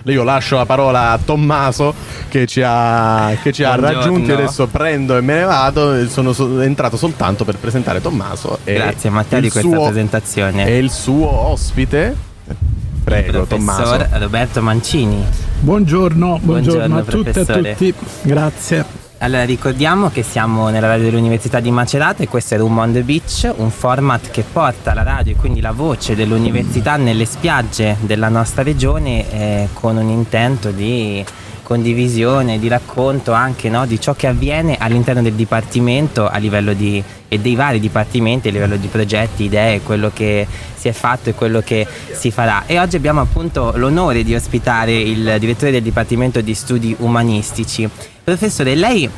Io lascio la parola a Tommaso che ci ha raggiunti. Adesso prendo e me ne vado. Sono entrato soltanto per presentare Tommaso. Grazie Matteo di questa presentazione. E il suo ospite, prego, Tommaso. Roberto Mancini. Buongiorno a tutte e a tutti. Grazie. Allora, ricordiamo che siamo nella radio dell'Università di Macerata e questo è Room on the Beach, un format che porta la radio e quindi la voce dell'università nelle spiagge della nostra regione, con un intento di condivisione, di racconto anche, no, di ciò che avviene all'interno del dipartimento a livello e dei vari dipartimenti a livello di progetti, idee, quello che si è fatto e quello che si farà. E oggi abbiamo appunto l'onore di ospitare il direttore del Dipartimento di Studi Umanistici. Professore, lei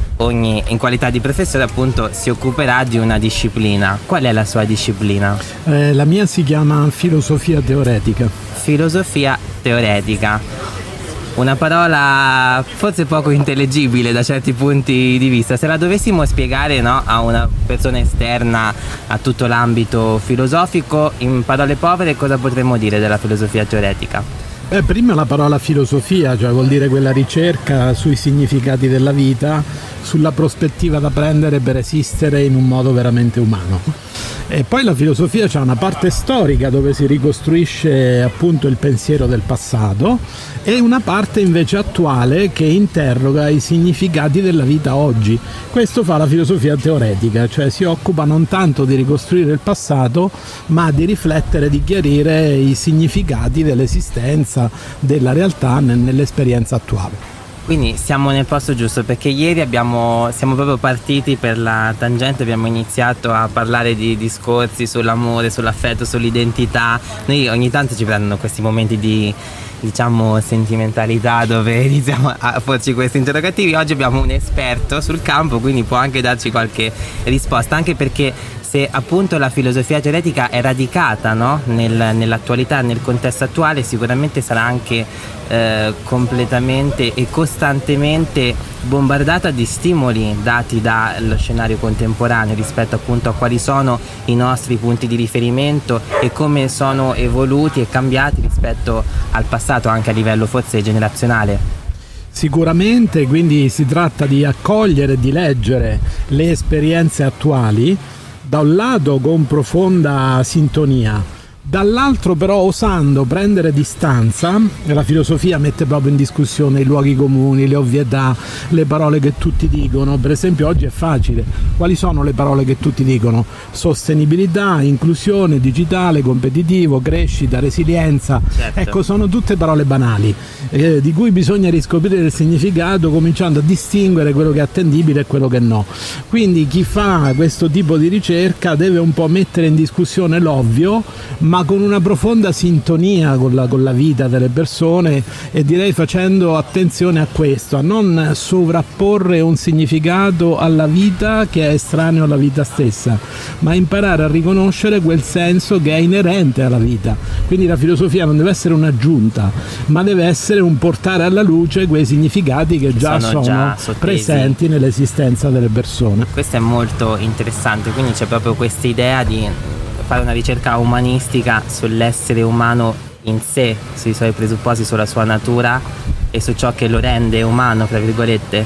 in qualità di professore appunto si occuperà di una disciplina. Qual è la sua disciplina? La mia si chiama filosofia teoretica. Filosofia teoretica. Una parola forse poco intellegibile da certi punti di vista. Se la dovessimo spiegare, no, a una persona esterna a tutto l'ambito filosofico, in parole povere, cosa potremmo dire della filosofia teoretica? Prima la parola filosofia, cioè vuol dire quella ricerca sui significati della vita, sulla prospettiva da prendere per esistere in un modo veramente umano. E poi la filosofia c'ha una parte storica dove si ricostruisce appunto il pensiero del passato e una parte invece attuale che interroga i significati della vita oggi. Questo fa la filosofia teoretica, cioè si occupa non tanto di ricostruire il passato ma di riflettere, di chiarire i significati dell'esistenza, della realtà nell'esperienza attuale. Quindi siamo nel posto giusto, perché ieri siamo proprio partiti per la tangente, abbiamo iniziato a parlare di discorsi sull'amore, sull'affetto, sull'identità. Noi ogni tanto ci prendono questi momenti di, diciamo, sentimentalità dove iniziamo a porci questi interrogativi. Oggi abbiamo un esperto sul campo, quindi può anche darci qualche risposta, anche perché se appunto la filosofia teoretica è radicata, no, nell'attualità, nel contesto attuale, sicuramente sarà anche completamente e costantemente bombardata di stimoli dati dallo scenario contemporaneo rispetto appunto a quali sono i nostri punti di riferimento e come sono evoluti e cambiati rispetto al passato, anche a livello forse generazionale. Sicuramente, quindi si tratta di accogliere e di leggere le esperienze attuali, da un lato con profonda sintonia, dall'altro però osando prendere distanza. La filosofia mette proprio in discussione i luoghi comuni, le ovvietà, le parole che tutti dicono. Per esempio oggi è facile. Quali sono le parole che tutti dicono? Sostenibilità, inclusione, digitale, competitivo, crescita, resilienza. Certo. Ecco, sono tutte parole banali, di cui bisogna riscoprire il significato cominciando a distinguere quello che è attendibile e quello che no. Quindi chi fa questo tipo di ricerca deve un po' mettere in discussione l'ovvio, ma con una profonda sintonia con la vita delle persone, e direi facendo attenzione a questo, a non sovrapporre un significato alla vita che è estraneo alla vita stessa, ma imparare a riconoscere quel senso che è inerente alla vita. Quindi la filosofia non deve essere un'aggiunta, ma deve essere un portare alla luce quei significati che già sono presenti nell'esistenza delle persone. Questo è molto interessante, quindi c'è proprio questa idea di fare una ricerca umanistica sull'essere umano in sé, sui suoi presupposti, sulla sua natura e su ciò che lo rende umano, tra virgolette.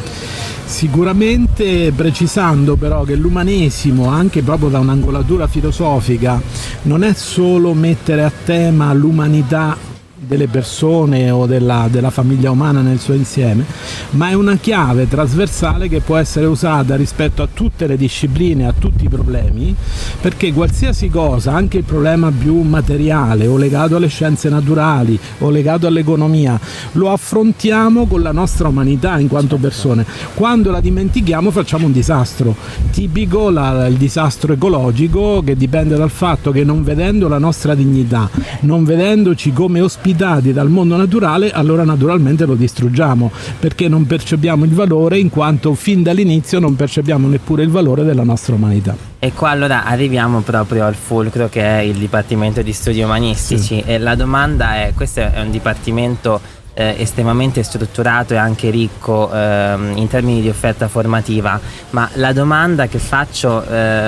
Sicuramente precisando però che l'umanesimo, anche proprio da un'angolatura filosofica, non è solo mettere a tema l'umanità delle persone o della famiglia umana nel suo insieme, ma è una chiave trasversale che può essere usata rispetto a tutte le discipline, a tutti i problemi, perché qualsiasi cosa, anche il problema più materiale o legato alle scienze naturali o legato all'economia, lo affrontiamo con la nostra umanità in quanto persone. Quando la dimentichiamo facciamo un disastro tipico, il disastro ecologico, che dipende dal fatto che non vedendo la nostra dignità, non vedendoci come ospitati dal mondo naturale, allora naturalmente lo distruggiamo, perché non percepiamo il valore, in quanto fin dall'inizio non percepiamo neppure il valore della nostra umanità. E qua allora arriviamo proprio al fulcro, che è il Dipartimento di Studi Umanistici. Sì. E la domanda è: questo è un dipartimento estremamente strutturato e anche ricco in termini di offerta formativa, ma la domanda che faccio,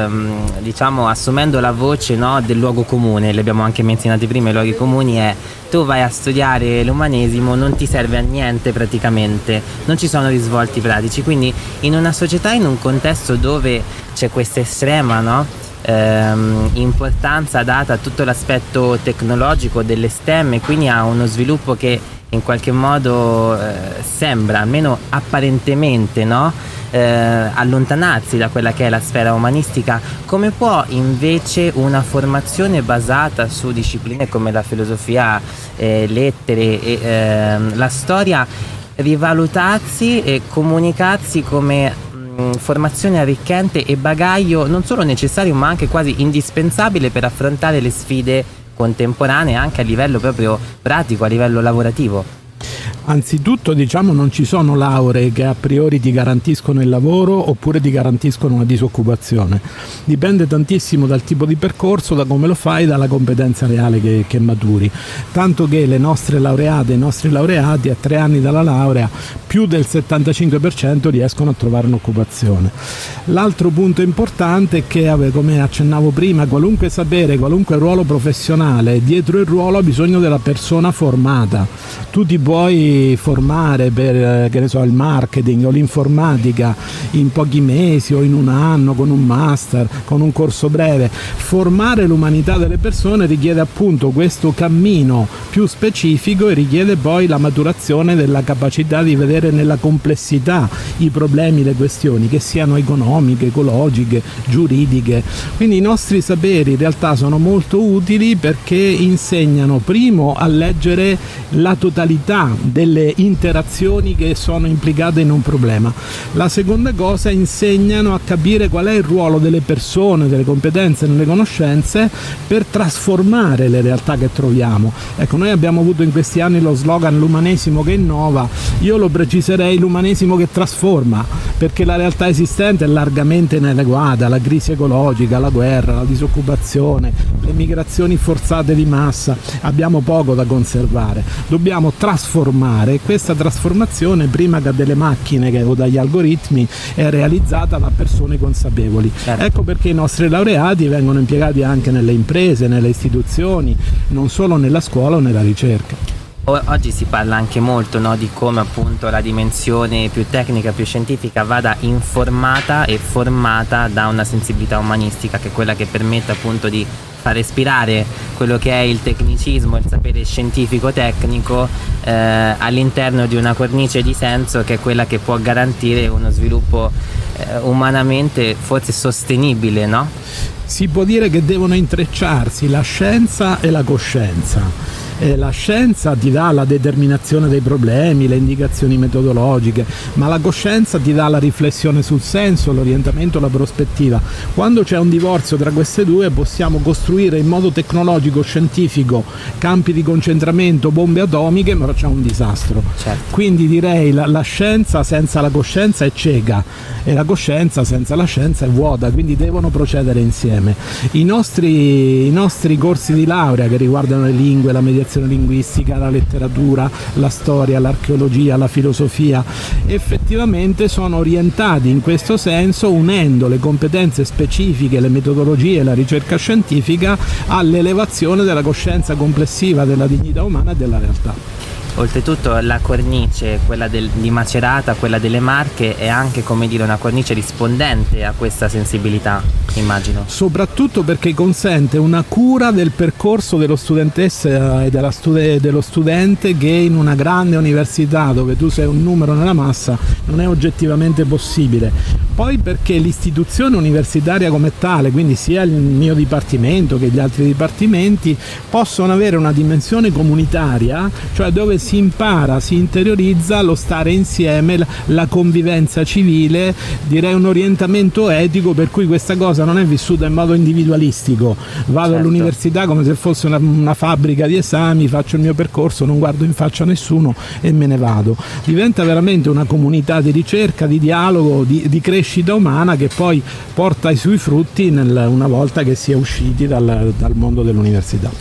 diciamo assumendo la voce, no, del luogo comune, li abbiamo anche menzionati prima i luoghi comuni, è: tu vai a studiare l'umanesimo, non ti serve a niente praticamente, non ci sono risvolti pratici, quindi in una società, in un contesto dove c'è questa estrema, no, importanza data a tutto l'aspetto tecnologico delle STEM e quindi a uno sviluppo che in qualche modo sembra, almeno apparentemente, no, allontanarsi da quella che è la sfera umanistica, come può invece una formazione basata su discipline come la filosofia, lettere e la storia rivalutarsi e comunicarsi come formazione arricchente e bagaglio non solo necessario ma anche quasi indispensabile per affrontare le sfide contemporanee anche a livello proprio pratico, a livello lavorativo? Anzitutto, diciamo, non ci sono lauree che a priori ti garantiscono il lavoro oppure ti garantiscono una disoccupazione. Dipende tantissimo dal tipo di percorso, da come lo fai, dalla competenza reale che maturi. Tanto che le nostre laureate e i nostri laureati a 3 anni dalla laurea più del 75% riescono a trovare un'occupazione. L'altro punto importante è che, come accennavo prima, qualunque sapere, qualunque ruolo professionale, dietro il ruolo ha bisogno della persona formata. Tu ti puoi formare per, che ne so, il marketing o l'informatica in pochi mesi o in un anno con un master, con un corso breve. Formare l'umanità delle persone richiede appunto questo cammino più specifico e richiede poi la maturazione della capacità di vedere nella complessità i problemi, le questioni, che siano economiche, ecologiche, giuridiche. Quindi i nostri saperi in realtà sono molto utili perché insegnano primo a leggere la totalità delle interazioni che sono implicate in un problema. La seconda cosa, insegnano a capire qual è il ruolo delle persone, delle competenze, delle conoscenze per trasformare le realtà che troviamo. Ecco, noi abbiamo avuto in questi anni lo slogan l'umanesimo che innova, io lo preciserei l'umanesimo che trasforma, perché la realtà esistente è largamente inadeguata, la crisi ecologica, la guerra, la disoccupazione, le migrazioni forzate di massa, abbiamo poco da conservare, dobbiamo trasformare. Questa trasformazione, prima che delle macchine o dagli algoritmi, è realizzata da persone consapevoli. Ecco perché i nostri laureati vengono impiegati anche nelle imprese, nelle istituzioni, non solo nella scuola o nella ricerca. Oggi si parla anche molto, no, di come appunto la dimensione più tecnica, più scientifica vada informata e formata da una sensibilità umanistica, che è quella che permette appunto di far respirare quello che è il tecnicismo, il sapere scientifico tecnico all'interno di una cornice di senso che è quella che può garantire uno sviluppo umanamente forse sostenibile, no? Si può dire che devono intrecciarsi la scienza e la coscienza. La scienza ti dà la determinazione dei problemi, le indicazioni metodologiche, ma la coscienza ti dà la riflessione sul senso, l'orientamento, la prospettiva. Quando c'è un divorzio tra queste due possiamo costruire in modo tecnologico, scientifico, campi di concentramento, bombe atomiche, ma c'è un disastro. Certo. Quindi direi la scienza senza la coscienza è cieca e la coscienza senza la scienza è vuota, quindi devono procedere insieme. I nostri corsi di laurea che riguardano le lingue, la mediazione linguistica, la letteratura, la storia, l'archeologia, la filosofia, effettivamente sono orientati in questo senso, unendo le competenze specifiche, le metodologie e la ricerca scientifica all'elevazione della coscienza complessiva della dignità umana e della realtà. Oltretutto la cornice, quella di Macerata, quella delle Marche, è anche, come dire, una cornice rispondente a questa sensibilità, immagino. Soprattutto perché consente una cura del percorso dello studentessa e dello studente, che in una grande università dove tu sei un numero nella massa non è oggettivamente possibile. Poi perché l'istituzione universitaria come tale, quindi sia il mio dipartimento che gli altri dipartimenti, possono avere una dimensione comunitaria, cioè dove si impara, si interiorizza lo stare insieme, la convivenza civile, direi un orientamento etico, per cui questa cosa non è vissuta in modo individualistico. Vado certo. all'università come se fosse una fabbrica di esami, faccio il mio percorso, non guardo in faccia a nessuno e me ne vado. Diventa veramente una comunità di ricerca, di dialogo, di crescita umana, che poi porta i suoi frutti una volta che si è usciti dal mondo dell'università.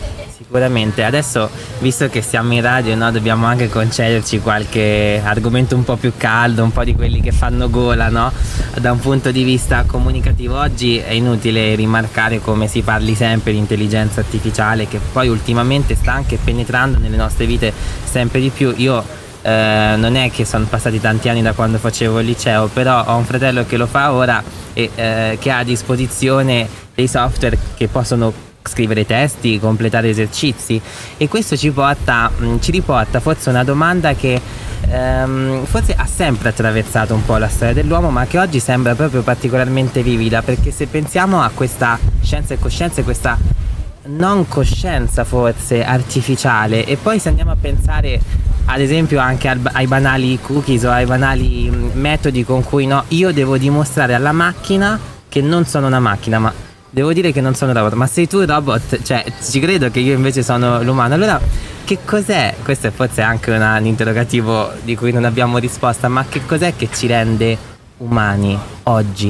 Sicuramente, adesso visto che siamo in radio, no, dobbiamo anche concederci qualche argomento un po' più caldo, un po' di quelli che fanno gola, no? Da un punto di vista comunicativo oggi è inutile rimarcare come si parli sempre di intelligenza artificiale, che poi ultimamente sta anche penetrando nelle nostre vite sempre di più. Io non è che sono passati tanti anni da quando facevo il liceo, però ho un fratello che lo fa ora e che ha a disposizione dei software che possono scrivere testi, completare esercizi, e questo ci riporta forse una domanda che forse ha sempre attraversato un po' la storia dell'uomo, ma che oggi sembra proprio particolarmente vivida, perché se pensiamo a questa scienza e coscienza e questa non coscienza forse artificiale, e poi se andiamo a pensare ad esempio anche ai banali cookies o ai banali metodi con cui io devo dimostrare alla macchina che non sono una macchina, ma devo dire che non sono un robot. Ma sei tu il robot? Cioè, ci credo che io invece sono l'umano. Allora, che cos'è? Questo è forse anche un interrogativo di cui non abbiamo risposta, ma che cos'è che ci rende umani oggi?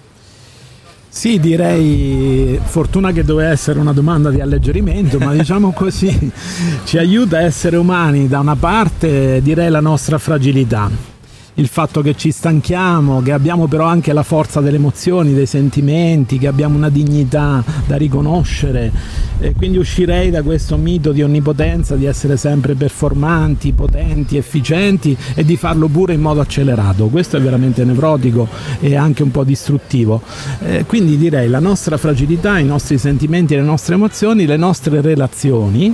Sì, direi fortuna che doveva essere una domanda di alleggerimento, ma diciamo così, ci aiuta a essere umani. Da una parte direi la nostra fragilità, il fatto che ci stanchiamo, che abbiamo però anche la forza delle emozioni, dei sentimenti, che abbiamo una dignità da riconoscere, e quindi uscirei da questo mito di onnipotenza, di essere sempre performanti, potenti, efficienti, e di farlo pure in modo accelerato. Questo è veramente nevrotico e anche un po' distruttivo. Quindi direi la nostra fragilità, i nostri sentimenti, le nostre emozioni, le nostre relazioni,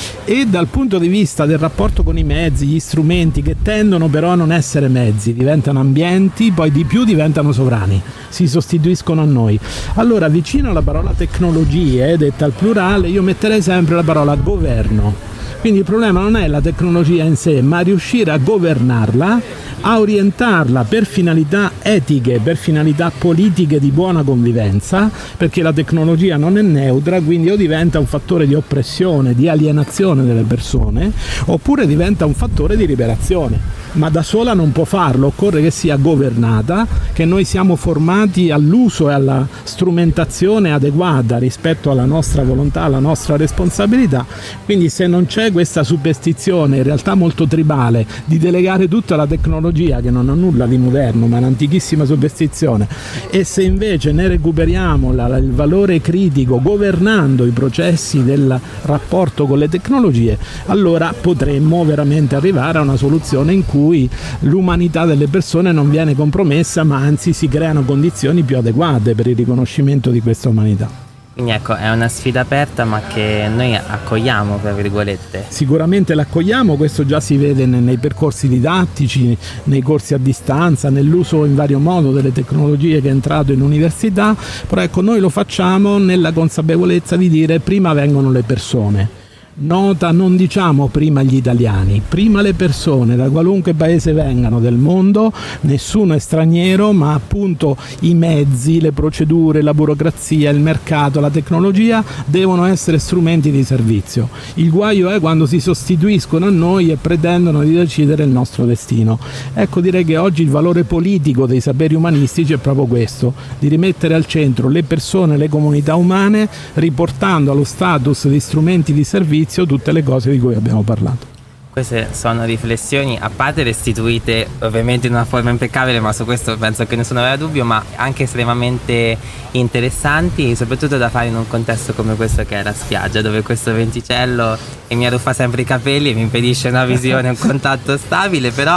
e dal punto di vista del rapporto con i mezzi, gli strumenti, che tendono però a non essere mezzi, diventano ambienti, poi di più diventano sovrani, si sostituiscono a noi. Allora, vicino alla parola tecnologie, detta al plurale, io metterei sempre la parola governo. Quindi il problema non è la tecnologia in sé, ma riuscire a governarla, a orientarla per finalità etiche, per finalità politiche di buona convivenza, perché la tecnologia non è neutra, quindi o diventa un fattore di oppressione, di alienazione delle persone, oppure diventa un fattore di liberazione. Ma da sola non può farlo, occorre che sia governata, che noi siamo formati all'uso e alla strumentazione adeguata rispetto alla nostra volontà, alla nostra responsabilità. Quindi se non c'è questa superstizione, in realtà molto tribale, di delegare tutta la tecnologia, che non ha nulla di moderno, ma è un'antichissima superstizione, e se invece ne recuperiamo il valore critico governando i processi del rapporto con le tecnologie, allora potremmo veramente arrivare a una soluzione in cui l'umanità delle persone non viene compromessa, ma anzi si creano condizioni più adeguate per il riconoscimento di questa umanità. Quindi ecco, è una sfida aperta, ma che noi accogliamo, tra virgolette. Sicuramente l'accogliamo, questo già si vede nei percorsi didattici, nei corsi a distanza, nell'uso in vario modo delle tecnologie che è entrato in università, però ecco, noi lo facciamo nella consapevolezza di dire prima vengono le persone. Nota, non diciamo prima gli italiani, prima le persone, da qualunque paese vengano del mondo, nessuno è straniero, ma appunto i mezzi, le procedure, la burocrazia, il mercato, la tecnologia devono essere strumenti di servizio. Il guaio è quando si sostituiscono a noi e pretendono di decidere il nostro destino. Ecco, direi che oggi il valore politico dei saperi umanistici è proprio questo, di rimettere al centro le persone, le comunità umane, riportando allo status di strumenti di servizio tutte le cose di cui abbiamo parlato. Queste sono riflessioni, a parte restituite ovviamente in una forma impeccabile, ma su questo penso che nessuno aveva dubbio, ma anche estremamente interessanti, soprattutto da fare in un contesto come questo che è la spiaggia, dove questo venticello che mi arruffa sempre i capelli e mi impedisce una visione, un contatto stabile, però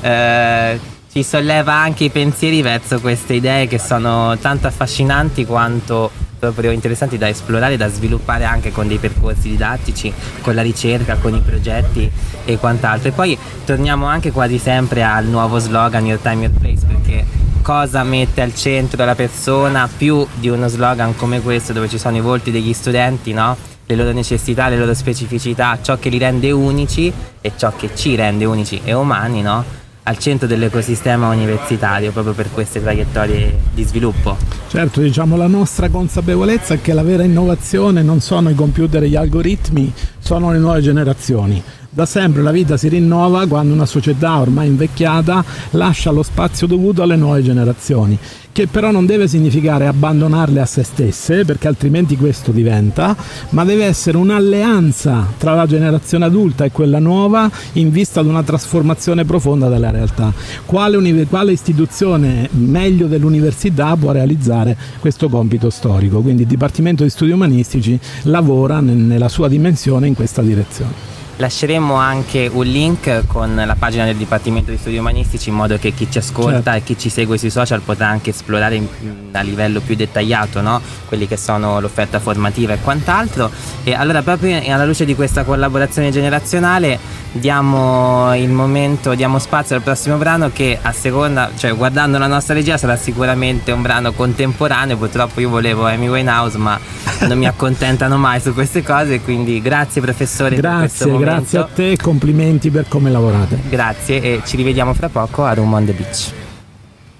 ci solleva anche i pensieri verso queste idee che sono tanto affascinanti quanto proprio interessanti da esplorare, da sviluppare anche con dei percorsi didattici, con la ricerca, con i progetti e quant'altro. E poi torniamo anche quasi sempre al nuovo slogan Your Time, Your Place, perché cosa mette al centro la persona più di uno slogan come questo, dove ci sono i volti degli studenti, no? Le loro necessità, le loro specificità, ciò che li rende unici e ciò che ci rende unici e umani, no? Al centro dell'ecosistema universitario, proprio per queste traiettorie di sviluppo. Certo, diciamo, la nostra consapevolezza è che la vera innovazione non sono i computer e gli algoritmi, sono le nuove generazioni. Da sempre la vita si rinnova quando una società ormai invecchiata lascia lo spazio dovuto alle nuove generazioni, che però non deve significare abbandonarle a se stesse, perché altrimenti questo diventa, ma deve essere un'alleanza tra la generazione adulta e quella nuova in vista di una trasformazione profonda della realtà. Quale istituzione meglio dell'università può realizzare questo compito storico? Quindi il Dipartimento di Studi Umanistici lavora nella sua dimensione in questa direzione. Lasceremo anche un link con la pagina del Dipartimento di Studi Umanistici in modo che chi ci ascolta e chi ci segue sui social potrà anche esplorare a livello più dettagliato, no? Quelli che sono l'offerta formativa e quant'altro. E allora, proprio alla luce di questa collaborazione generazionale, diamo spazio al prossimo brano che, a seconda, cioè guardando la nostra regia, sarà sicuramente un brano contemporaneo. Purtroppo io volevo Amy Winehouse, ma non mi accontentano mai su queste cose, quindi grazie professore per questo momento. Grazie a te e complimenti per come lavorate. Grazie, e ci rivediamo fra poco a Room on the Beach.